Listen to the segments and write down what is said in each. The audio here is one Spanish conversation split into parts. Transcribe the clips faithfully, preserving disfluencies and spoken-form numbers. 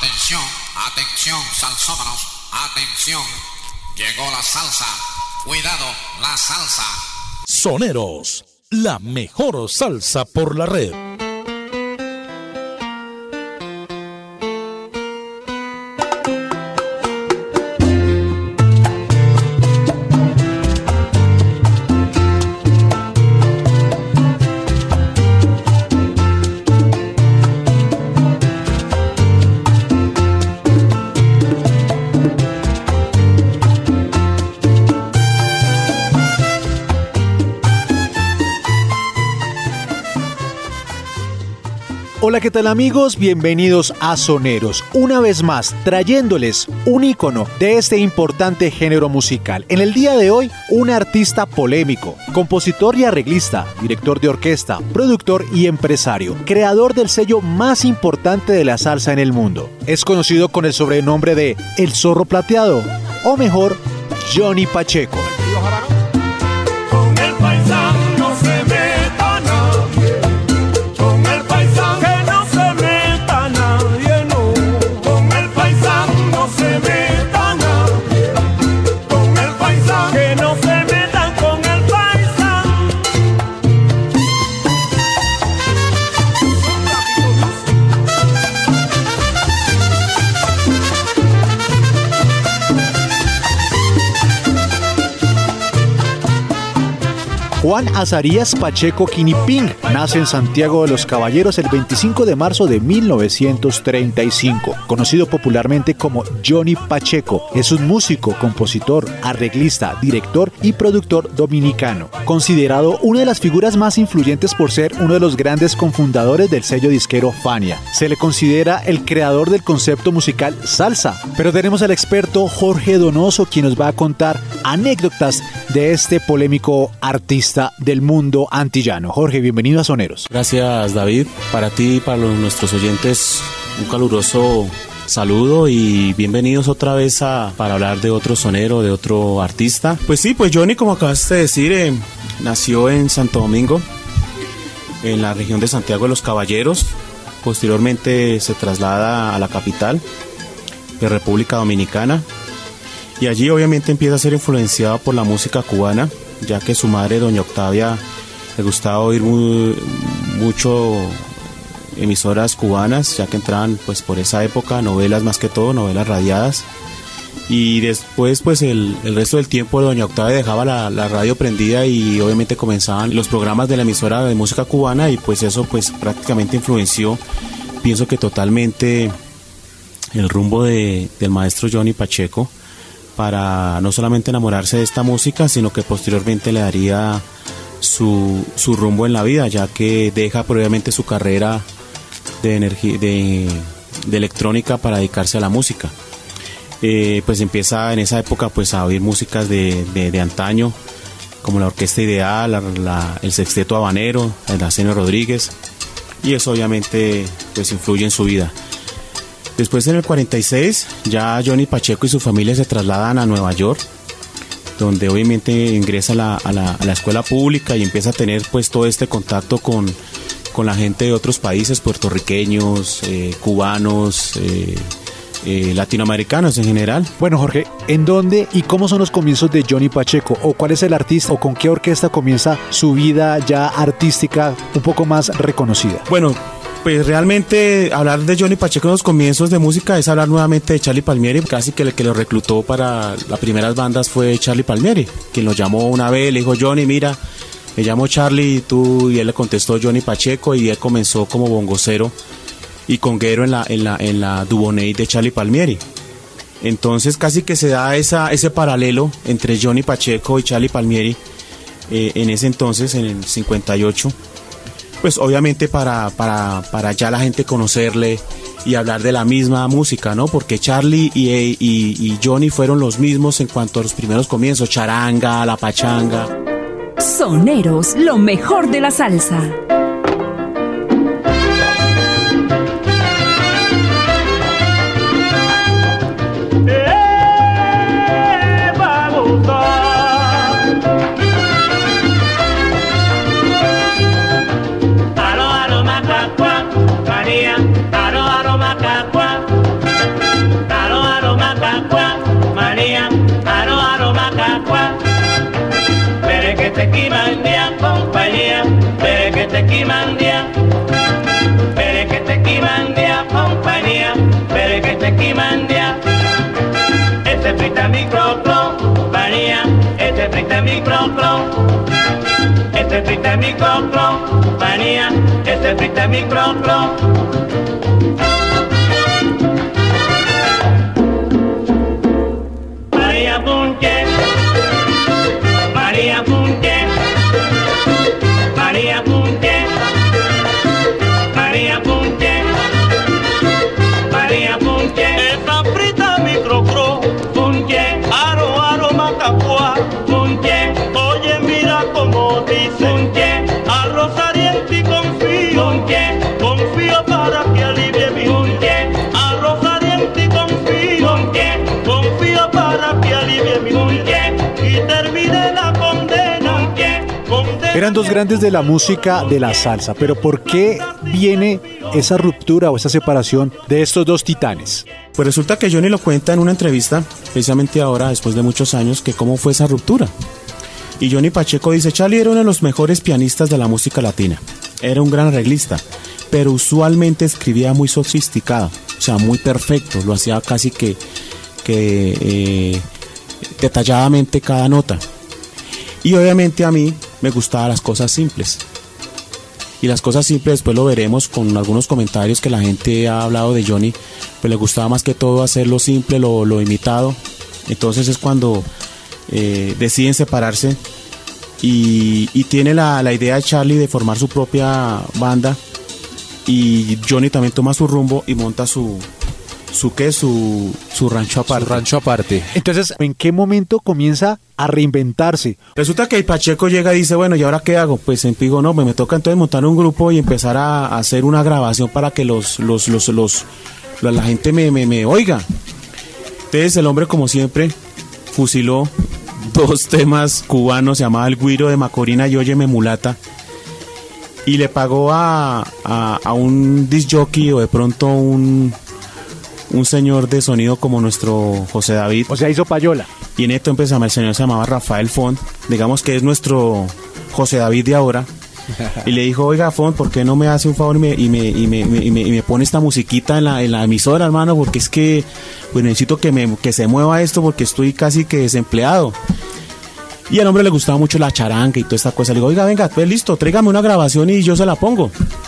Atención, atención, salsómanos, atención. Llegó la salsa. Cuidado, la salsa. Soneros, la mejor salsa por la red. Hola, ¿qué tal amigos? Bienvenidos a Soneros, una vez más trayéndoles un ícono de este importante género musical. En el día de hoy, un artista polémico, compositor y arreglista, director de orquesta, productor y empresario, creador del sello más importante de la salsa en el mundo. Es conocido con el sobrenombre de El Zorro Plateado, o mejor, Johnny Pacheco. Con el paisano no se meta nadie, con el paisano que no se meta nadie, no. Con el paisano no se meta nadie, con el paisano que no se metan con el paisano. Juan Azarías Pacheco Quiniping nace en Santiago de los Caballeros el veinticinco de marzo de mil novecientos treinta y cinco. Conocido popularmente como Johnny Pacheco, es un músico, compositor, arreglista, director y productor dominicano. Considerado una de las figuras más influyentes por ser uno de los grandes cofundadores del sello disquero Fania. Se le considera el creador del concepto musical salsa. Pero tenemos al experto Jorge Donoso, quien nos va a contar anécdotas de este polémico artista del mundo antillano. Jorge, bienvenido a Soneros. Gracias, David. Para ti y para los, nuestros oyentes, un caluroso saludo y bienvenidos otra vez a, para hablar de otro sonero, de otro artista. Pues sí, pues Johnny, como acabaste de decir, eh, nació en Santo Domingo, en la región de Santiago de los Caballeros. Posteriormente se traslada a la capital de República Dominicana y allí obviamente empieza a ser influenciado por la música cubana, ya que su madre, doña Octavia, le gustaba oír muy, mucho emisoras cubanas, ya que entraban pues por esa época novelas, más que todo novelas radiadas, y después pues el, el resto del tiempo doña Octavia dejaba la, la radio prendida y obviamente comenzaban los programas de la emisora de música cubana, y pues eso pues prácticamente influenció, pienso que totalmente, el rumbo de, del maestro Johnny Pacheco, para no solamente enamorarse de esta música, sino que posteriormente le daría su, su rumbo en la vida, ya que deja previamente su carrera de, energía, de, de electrónica para dedicarse a la música. Eh, pues empieza en esa época pues a oír músicas de, de, de antaño, como la Orquesta Ideal, la, la, el Sexteto Habanero, el Arsenio Rodríguez, y eso obviamente pues influye en su vida. Después, en el cuarenta y seis, ya Johnny Pacheco y su familia se trasladan a Nueva York, donde obviamente ingresa a la, a la, a la escuela pública y empieza a tener pues todo este contacto con, con la gente de otros países, puertorriqueños, eh, cubanos, eh, eh, latinoamericanos en general. Bueno, Jorge, ¿en dónde y cómo son los comienzos de Johnny Pacheco? ¿O cuál es el artista o con qué orquesta comienza su vida ya artística un poco más reconocida? Bueno, pues realmente hablar de Johnny Pacheco en los comienzos de música es hablar nuevamente de Charlie Palmieri. Casi que el que lo reclutó para las primeras bandas fue Charlie Palmieri, quien lo llamó una vez, le dijo: Johnny, mira, me llamo Charlie, y tú, y él le contestó Johnny Pacheco, y él comenzó como bongocero y conguero en la, en la, en la Dubonnet de Charlie Palmieri. Entonces casi que se da esa, ese paralelo entre Johnny Pacheco y Charlie Palmieri eh, en ese entonces, en el cincuenta y ocho. Pues obviamente para, para, para ya la gente conocerle y hablar de la misma música, ¿no? Porque Charlie y, y, y Johnny fueron los mismos en cuanto a los primeros comienzos, charanga, la pachanga. Soneros, lo mejor de la salsa. Aro, aro, macacua, María, aro, aro, macacua. Mandia, este frita mi crocro, María, este frita mi crocro, este frita mi crocro, María, este frita mi crocro. María Punche, María Punche, María Punche, María Punche, María Punche, esa frita mi crocro, Punche, aro aro macapua, Punche, oye mira como dice, Punche, arroz ardiente y confío, Punche, confío para que alivie mi Punche, arroz ardiente y confío, Punche, confío para que alivie mi Punche, y termine la condena, Punche, condena. Eran dos grandes de la música de la salsa, pero ¿por qué viene esa ruptura o esa separación de estos dos titanes? Pues resulta que Johnny lo cuenta en una entrevista, precisamente ahora, después de muchos años, que cómo fue esa ruptura. Y Johnny Pacheco dice, Charlie era uno de los mejores pianistas de la música latina, era un gran arreglista, pero usualmente escribía muy sofisticado, o sea, muy perfecto, lo hacía casi que, que eh, detalladamente cada nota. Y obviamente a mí me gustaban las cosas simples. Y las cosas simples después lo veremos con algunos comentarios que la gente ha hablado de Johnny, pues le gustaba más que todo hacer lo simple, lo, lo imitado. Entonces es cuando eh, deciden separarse y, y tiene la, la idea de Charlie de formar su propia banda, y Johnny también toma su rumbo y monta su su qué su, su rancho aparte. Su rancho aparte. Entonces, ¿en qué momento comienza a reinventarse? Resulta que el Pacheco llega y dice, bueno, ¿y ahora qué hago? Pues digo, no, pues me toca entonces montar un grupo y empezar a, a hacer una grabación para que los, los, los, los, la, la gente me, me, me oiga. Entonces el hombre, como siempre, fusiló dos temas cubanos, se llamaba El Güiro de Macorina y Óyeme Mulata, y le pagó a, a, a un disc jockey o de pronto un... un señor de sonido como nuestro José David. O sea, hizo payola. Y en esto empezamos, el señor se llamaba Rafael Font, digamos que es nuestro José David de ahora. Y le dijo, oiga Font, ¿por qué no me hace un favor y me, y me, y me, y me, y me, y me pone esta musiquita en la, en la emisora, hermano? Porque es que pues necesito que, me, que se mueva esto porque estoy casi que desempleado. Y al hombre le gustaba mucho la charanga y toda esta cosa. Le digo, oiga, venga, pues listo, tráigame una grabación y yo se la pongo.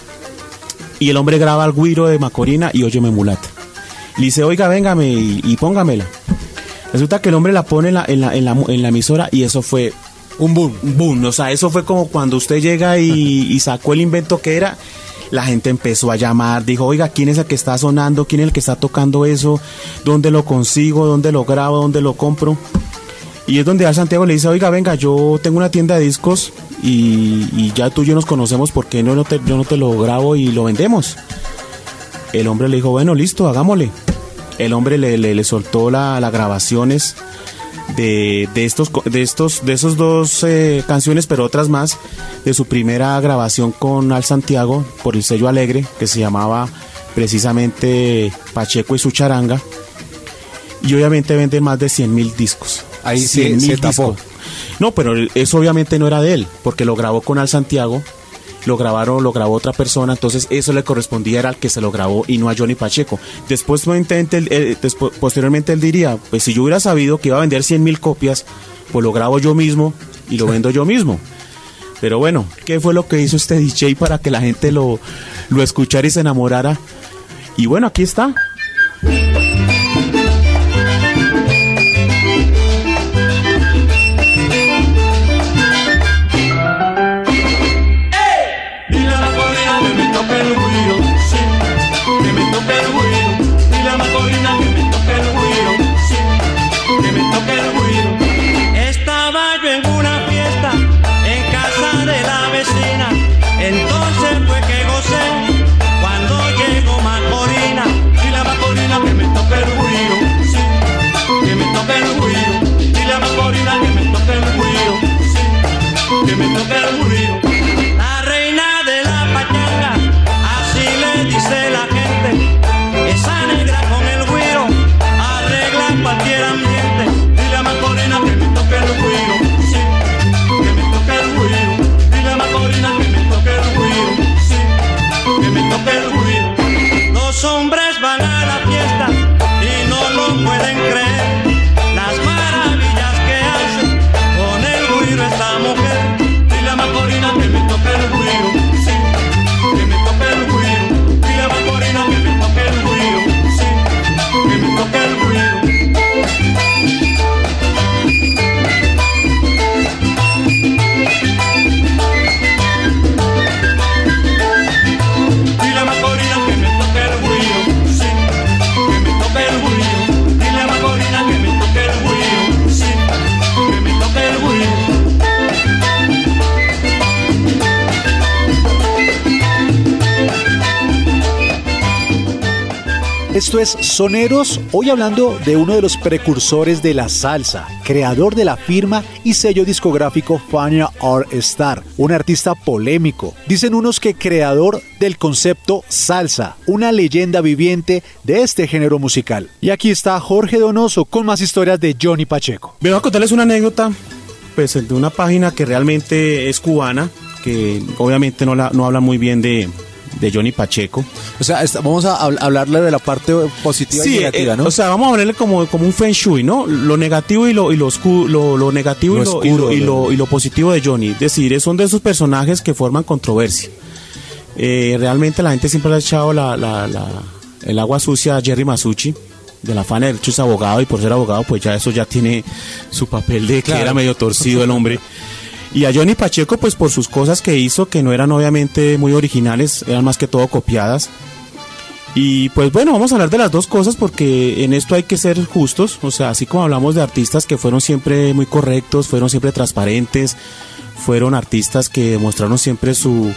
Y el hombre graba El Güiro de Macorina y Óyeme Mulata. Le dice, oiga, véngame y, y póngamela. Resulta que el hombre la pone en la, en, la, en, la, en la emisora y eso fue un boom. Un boom. O sea, eso fue como cuando usted llega y, y sacó el invento que era. La gente empezó a llamar, dijo, oiga, ¿quién es el que está sonando? ¿Quién es el que está tocando eso? ¿Dónde lo consigo? ¿Dónde lo grabo? ¿Dónde lo compro? Y es donde a Santiago le dice, oiga, venga, yo tengo una tienda de discos y, y ya tú y yo nos conocemos, ¿por qué no, no te, yo no te lo grabo y lo vendemos? El hombre le dijo, bueno, listo, hagámosle. El hombre le, le, le soltó las la grabaciones de, de, estos, de, estos, de esos dos eh, canciones, pero otras más, de su primera grabación con Al Santiago por el sello Alegre, que se llamaba precisamente Pacheco y su charanga. Y obviamente venden más de cien mil discos. Ahí se, se tapó. No, pero eso obviamente no era de él, porque lo grabó con Al Santiago. Lo grabaron, lo grabó otra persona, entonces eso le correspondía era al que se lo grabó y no a Johnny Pacheco. Después, él, después, posteriormente él diría, pues si yo hubiera sabido que iba a vender cien mil copias, pues lo grabo yo mismo y lo vendo yo mismo. Pero bueno, ¿qué fue lo que hizo este D J para que la gente lo, lo escuchara y se enamorara? Y bueno, aquí está. Entonces fue que gocé cuando llegó Macorina y la Macorina que me tocó Esto es Soneros, hoy hablando de uno de los precursores de la salsa, creador de la firma y sello discográfico Fania All Star, un artista polémico. Dicen unos que creador del concepto salsa, una leyenda viviente de este género musical. Y aquí está Jorge Donoso con más historias de Johnny Pacheco. Voy a contarles una anécdota, pues de una página que realmente es cubana, que obviamente no, la, no habla muy bien de... de Johnny Pacheco. O sea, está, vamos a hablarle de la parte positiva sí, y negativa, eh, ¿no? O sea, vamos a hablarle como, como un feng shui, ¿no? Lo negativo y lo, y lo, oscu- lo, lo negativo lo y, lo, oscuro, y, lo, y, lo... lo, y lo positivo de Johnny. Es decir, son de esos personajes que forman controversia. Eh, realmente la gente siempre le ha echado la, la, la, el agua sucia a Jerry Masucci, de la Fania. De hecho es abogado, y por ser abogado pues ya eso ya tiene su papel de que claro. Era medio torcido el hombre. Y a Johnny Pacheco, pues por sus cosas que hizo, que no eran obviamente muy originales, eran más que todo copiadas. Y pues bueno, vamos a hablar de las dos cosas porque en esto hay que ser justos. O sea, así como hablamos de artistas que fueron siempre muy correctos, fueron siempre transparentes, fueron artistas que demostraron siempre su,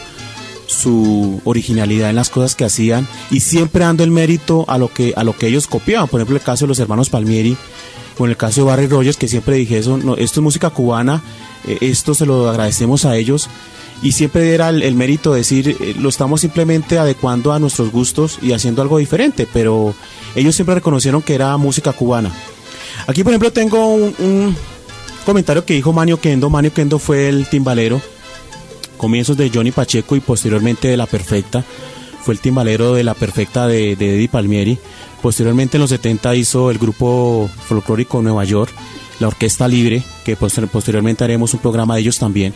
su originalidad en las cosas que hacían y siempre dando el mérito a lo que, a lo que ellos copiaban. Por ejemplo, el caso de los hermanos Palmieri, o en el caso de Barry Rogers, que siempre dije eso, no, esto es música cubana, eh, esto se lo agradecemos a ellos, y siempre era el, el mérito de decir, eh, lo estamos simplemente adecuando a nuestros gustos y haciendo algo diferente, pero ellos siempre reconocieron que era música cubana. Aquí, por ejemplo, tengo un, un comentario que dijo Manio Kendo. Manio Kendo fue el timbalero, comienzos de Johnny Pacheco y posteriormente de La Perfecta, fue el timbalero de La Perfecta de, de Eddie Palmieri. Posteriormente en los setenta hizo el grupo folclórico Nueva York, la Orquesta Libre, que posteriormente haremos un programa de ellos también.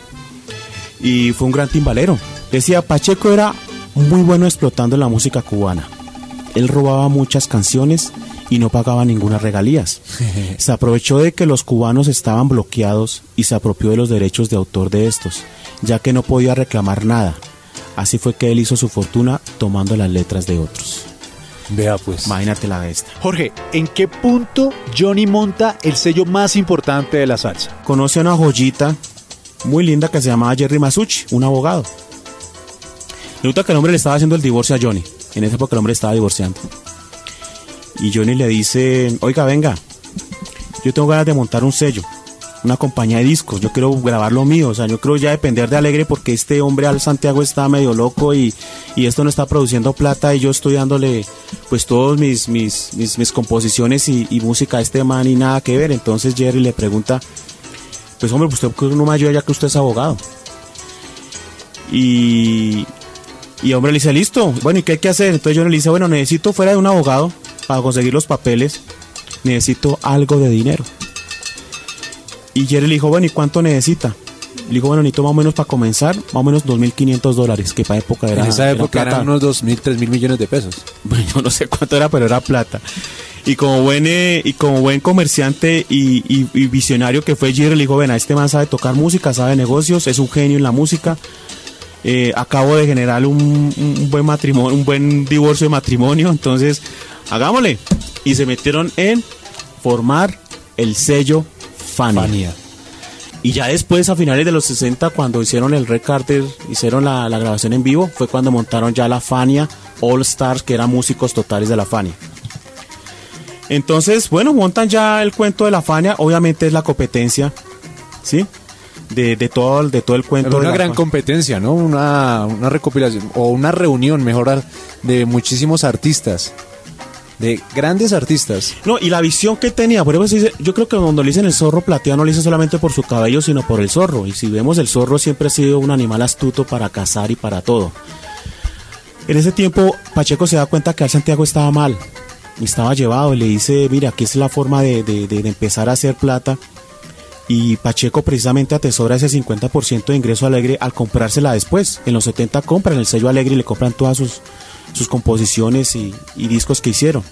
Y fue un gran timbalero. Decía, Pacheco era muy bueno explotando la música cubana. Él robaba muchas canciones y no pagaba ninguna regalías. Se aprovechó de que los cubanos estaban bloqueados y se apropió de los derechos de autor de estos, ya que no podía reclamar nada. Así fue que él hizo su fortuna tomando las letras de otros. Vea pues. Imagínate la de esta. Jorge, ¿en qué punto Johnny monta el sello más importante de la salsa? Conoce a una joyita muy linda que se llamaba Jerry Masucci, un abogado. Resulta que el hombre le estaba haciendo el divorcio a Johnny. En esa época el hombre estaba divorciando. Y Johnny le dice, oiga, venga, yo tengo ganas de montar un sello, una compañía de discos, yo quiero grabar lo mío, o sea, yo quiero ya depender de Alegre porque este hombre al Santiago está medio loco y, y esto no está produciendo plata y yo estoy dándole pues todos mis, mis, mis, mis composiciones y, y música a este man y nada que ver. Entonces Jerry le pregunta, pues hombre, pues usted no me ayuda ya que usted es abogado. Y, y el hombre le dice, listo, bueno, ¿y qué hay que hacer? Entonces Johnny le dice, bueno, necesito fuera de un abogado para conseguir los papeles, necesito algo de dinero. Y Jerry le dijo, bueno, ¿y cuánto necesita? Le dijo, bueno, necesito más o menos para comenzar, más o menos dos mil quinientos dólares, que para época era En esa época era eran unos dos mil, tres mil millones de pesos. Bueno, yo no sé cuánto era, pero era plata. Y como buen, eh, y como buen comerciante y, y, y visionario que fue Jerry, le dijo, ven, a este man sabe tocar música, sabe negocios, es un genio en la música. Eh, acabo de generar un, un buen matrimonio, un buen divorcio de matrimonio, entonces hagámosle. Y se metieron en formar el sello Fania. Fania. Y ya después, a finales de los sesenta, cuando hicieron el Red Carter, hicieron la, la grabación en vivo, fue cuando montaron ya la Fania All Stars, que eran músicos totales de la Fania. Entonces, bueno, montan ya el cuento de la Fania, obviamente es la competencia, ¿sí? De, de, todo, de todo el cuento. Era una de gran Fania. competencia, ¿no? Una, una recopilación o una reunión, mejor, de muchísimos artistas. De grandes artistas. No, y la visión que tenía, por ejemplo, yo creo que cuando le dicen el zorro plateado no le dicen solamente por su cabello, sino por el zorro. Y si vemos, el zorro siempre ha sido un animal astuto para cazar y para todo. En ese tiempo, Pacheco se da cuenta que Al Santiago estaba mal, estaba llevado, y le dice, mira, aquí es la forma de, de, de empezar a hacer plata. Y Pacheco precisamente atesora ese cincuenta por ciento de ingreso Alegre al comprársela después. En los setenta compran el sello Alegre y le compran todas sus... sus composiciones y, y discos que hicieron.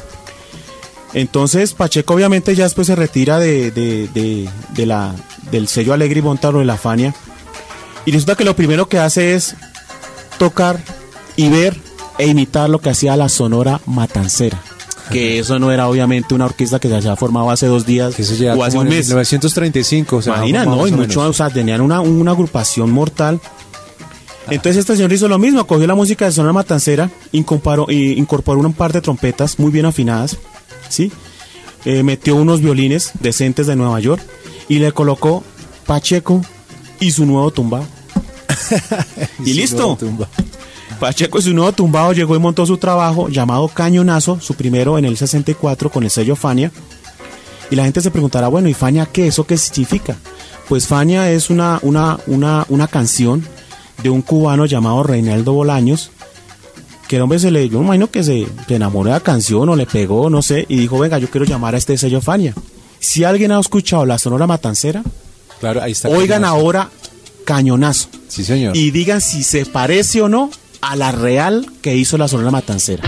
Entonces Pacheco obviamente ya después se retira de, de, de, de la, del sello Alegre y monta lo de la Fania, y resulta que lo primero que hace es tocar y ver e imitar lo que hacía la Sonora Matancera, que eso no era obviamente una orquesta que se había formado hace dos días que se lleva o hace como un en mes. mil novecientos treinta y cinco, o sea, Imagina, más no, o y menos. mucho, o sea, tenían una, una agrupación mortal. Entonces este señor hizo lo mismo, cogió la música de Sonora Matancera, incorporó, eh, incorporó un par de trompetas muy bien afinadas, ¿sí? Eh, metió unos violines decentes de Nueva York y le colocó Pacheco y su nuevo tumbao. y, y listo. Pacheco y su nuevo tumbao llegó y montó su trabajo llamado Cañonazo, su primero en el sesenta y cuatro con el sello Fania. Y la gente se preguntará, bueno, ¿y Fania qué? ¿Eso qué significa? Pues Fania es una, una, una, una canción de un cubano llamado Reinaldo Bolaños, que el hombre se le, yo me imagino que se, se enamoró de la canción o le pegó, no sé, y dijo, venga, yo quiero llamar a este sello Fania. Si alguien ha escuchado la Sonora Matancera, claro, ahí está, oigan Cañonazo. Ahora Cañonazo. Sí, señor. Y digan si se parece o no a la real que hizo la Sonora Matancera.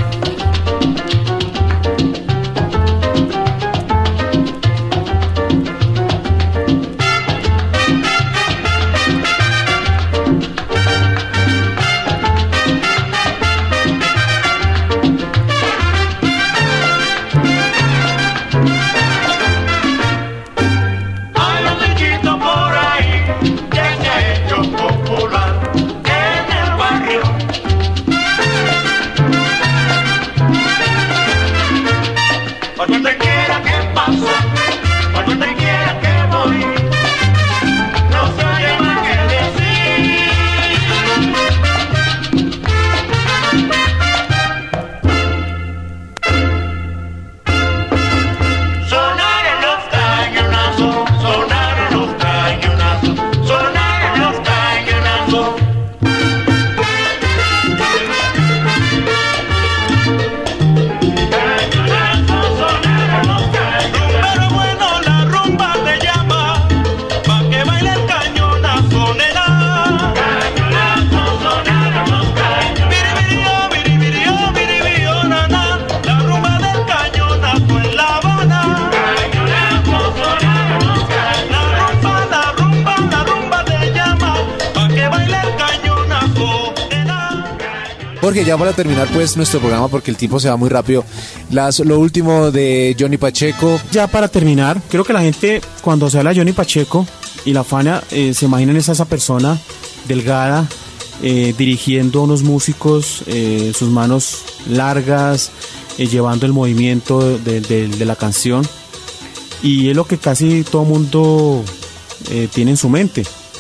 Jorge, ya para terminar pues nuestro programa, porque el tiempo se va muy rápido, las, lo último de Johnny Pacheco. Ya para terminar, creo que la gente cuando se habla de Johnny Pacheco y la Fania, eh, se imaginan esa, esa persona delgada, eh, dirigiendo a unos músicos, eh, sus manos largas, eh, llevando el movimiento de, de, de la canción, y es lo que casi todo mundo eh, tiene en su mente.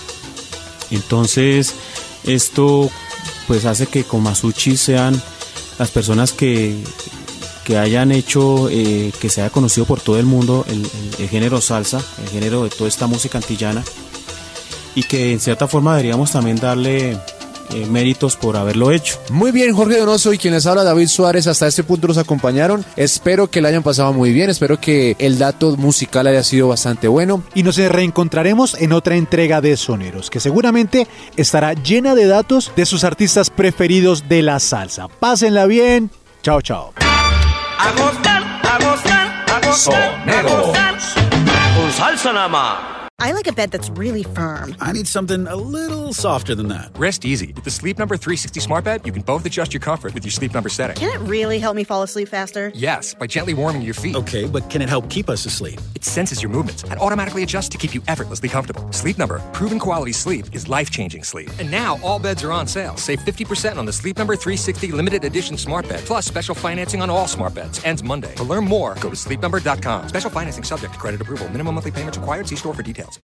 Entonces esto pues hace que Comasuchi sean las personas que, que hayan hecho eh, que se haya conocido por todo el mundo el, el, el género salsa, el género de toda esta música antillana, y que en cierta forma deberíamos también darle eh, méritos por haberlo hecho. Muy bien, Jorge Donoso y quien les habla, David Suárez, hasta este punto nos acompañaron. Espero que la hayan pasado muy bien, espero que el dato musical haya sido bastante bueno. Y nos reencontraremos en otra entrega de Soneros, que seguramente estará llena de datos de sus artistas preferidos de la salsa. Pásenla bien, chao chao. A gozar, a gozar, a gozar, Soneros. a gozar, con salsa nada más. I like a bed that's really firm. I need something a little softer than that. Rest easy. With the Sleep Number three sixty smart bed, you can both adjust your comfort with your Sleep Number setting. Can it really help me fall asleep faster? Yes, by gently warming your feet. Okay, but can it help keep us asleep? It senses your movements and automatically adjusts to keep you effortlessly comfortable. Sleep Number, proven quality sleep is life-changing sleep. And now all beds are on sale. Save fifty percent on the Sleep Number three sixty limited edition smart bed, plus special financing on all smart beds. Ends Monday. To learn more, go to sleep number dot com. Special financing subject to credit approval. Minimum monthly payments required. See store for details.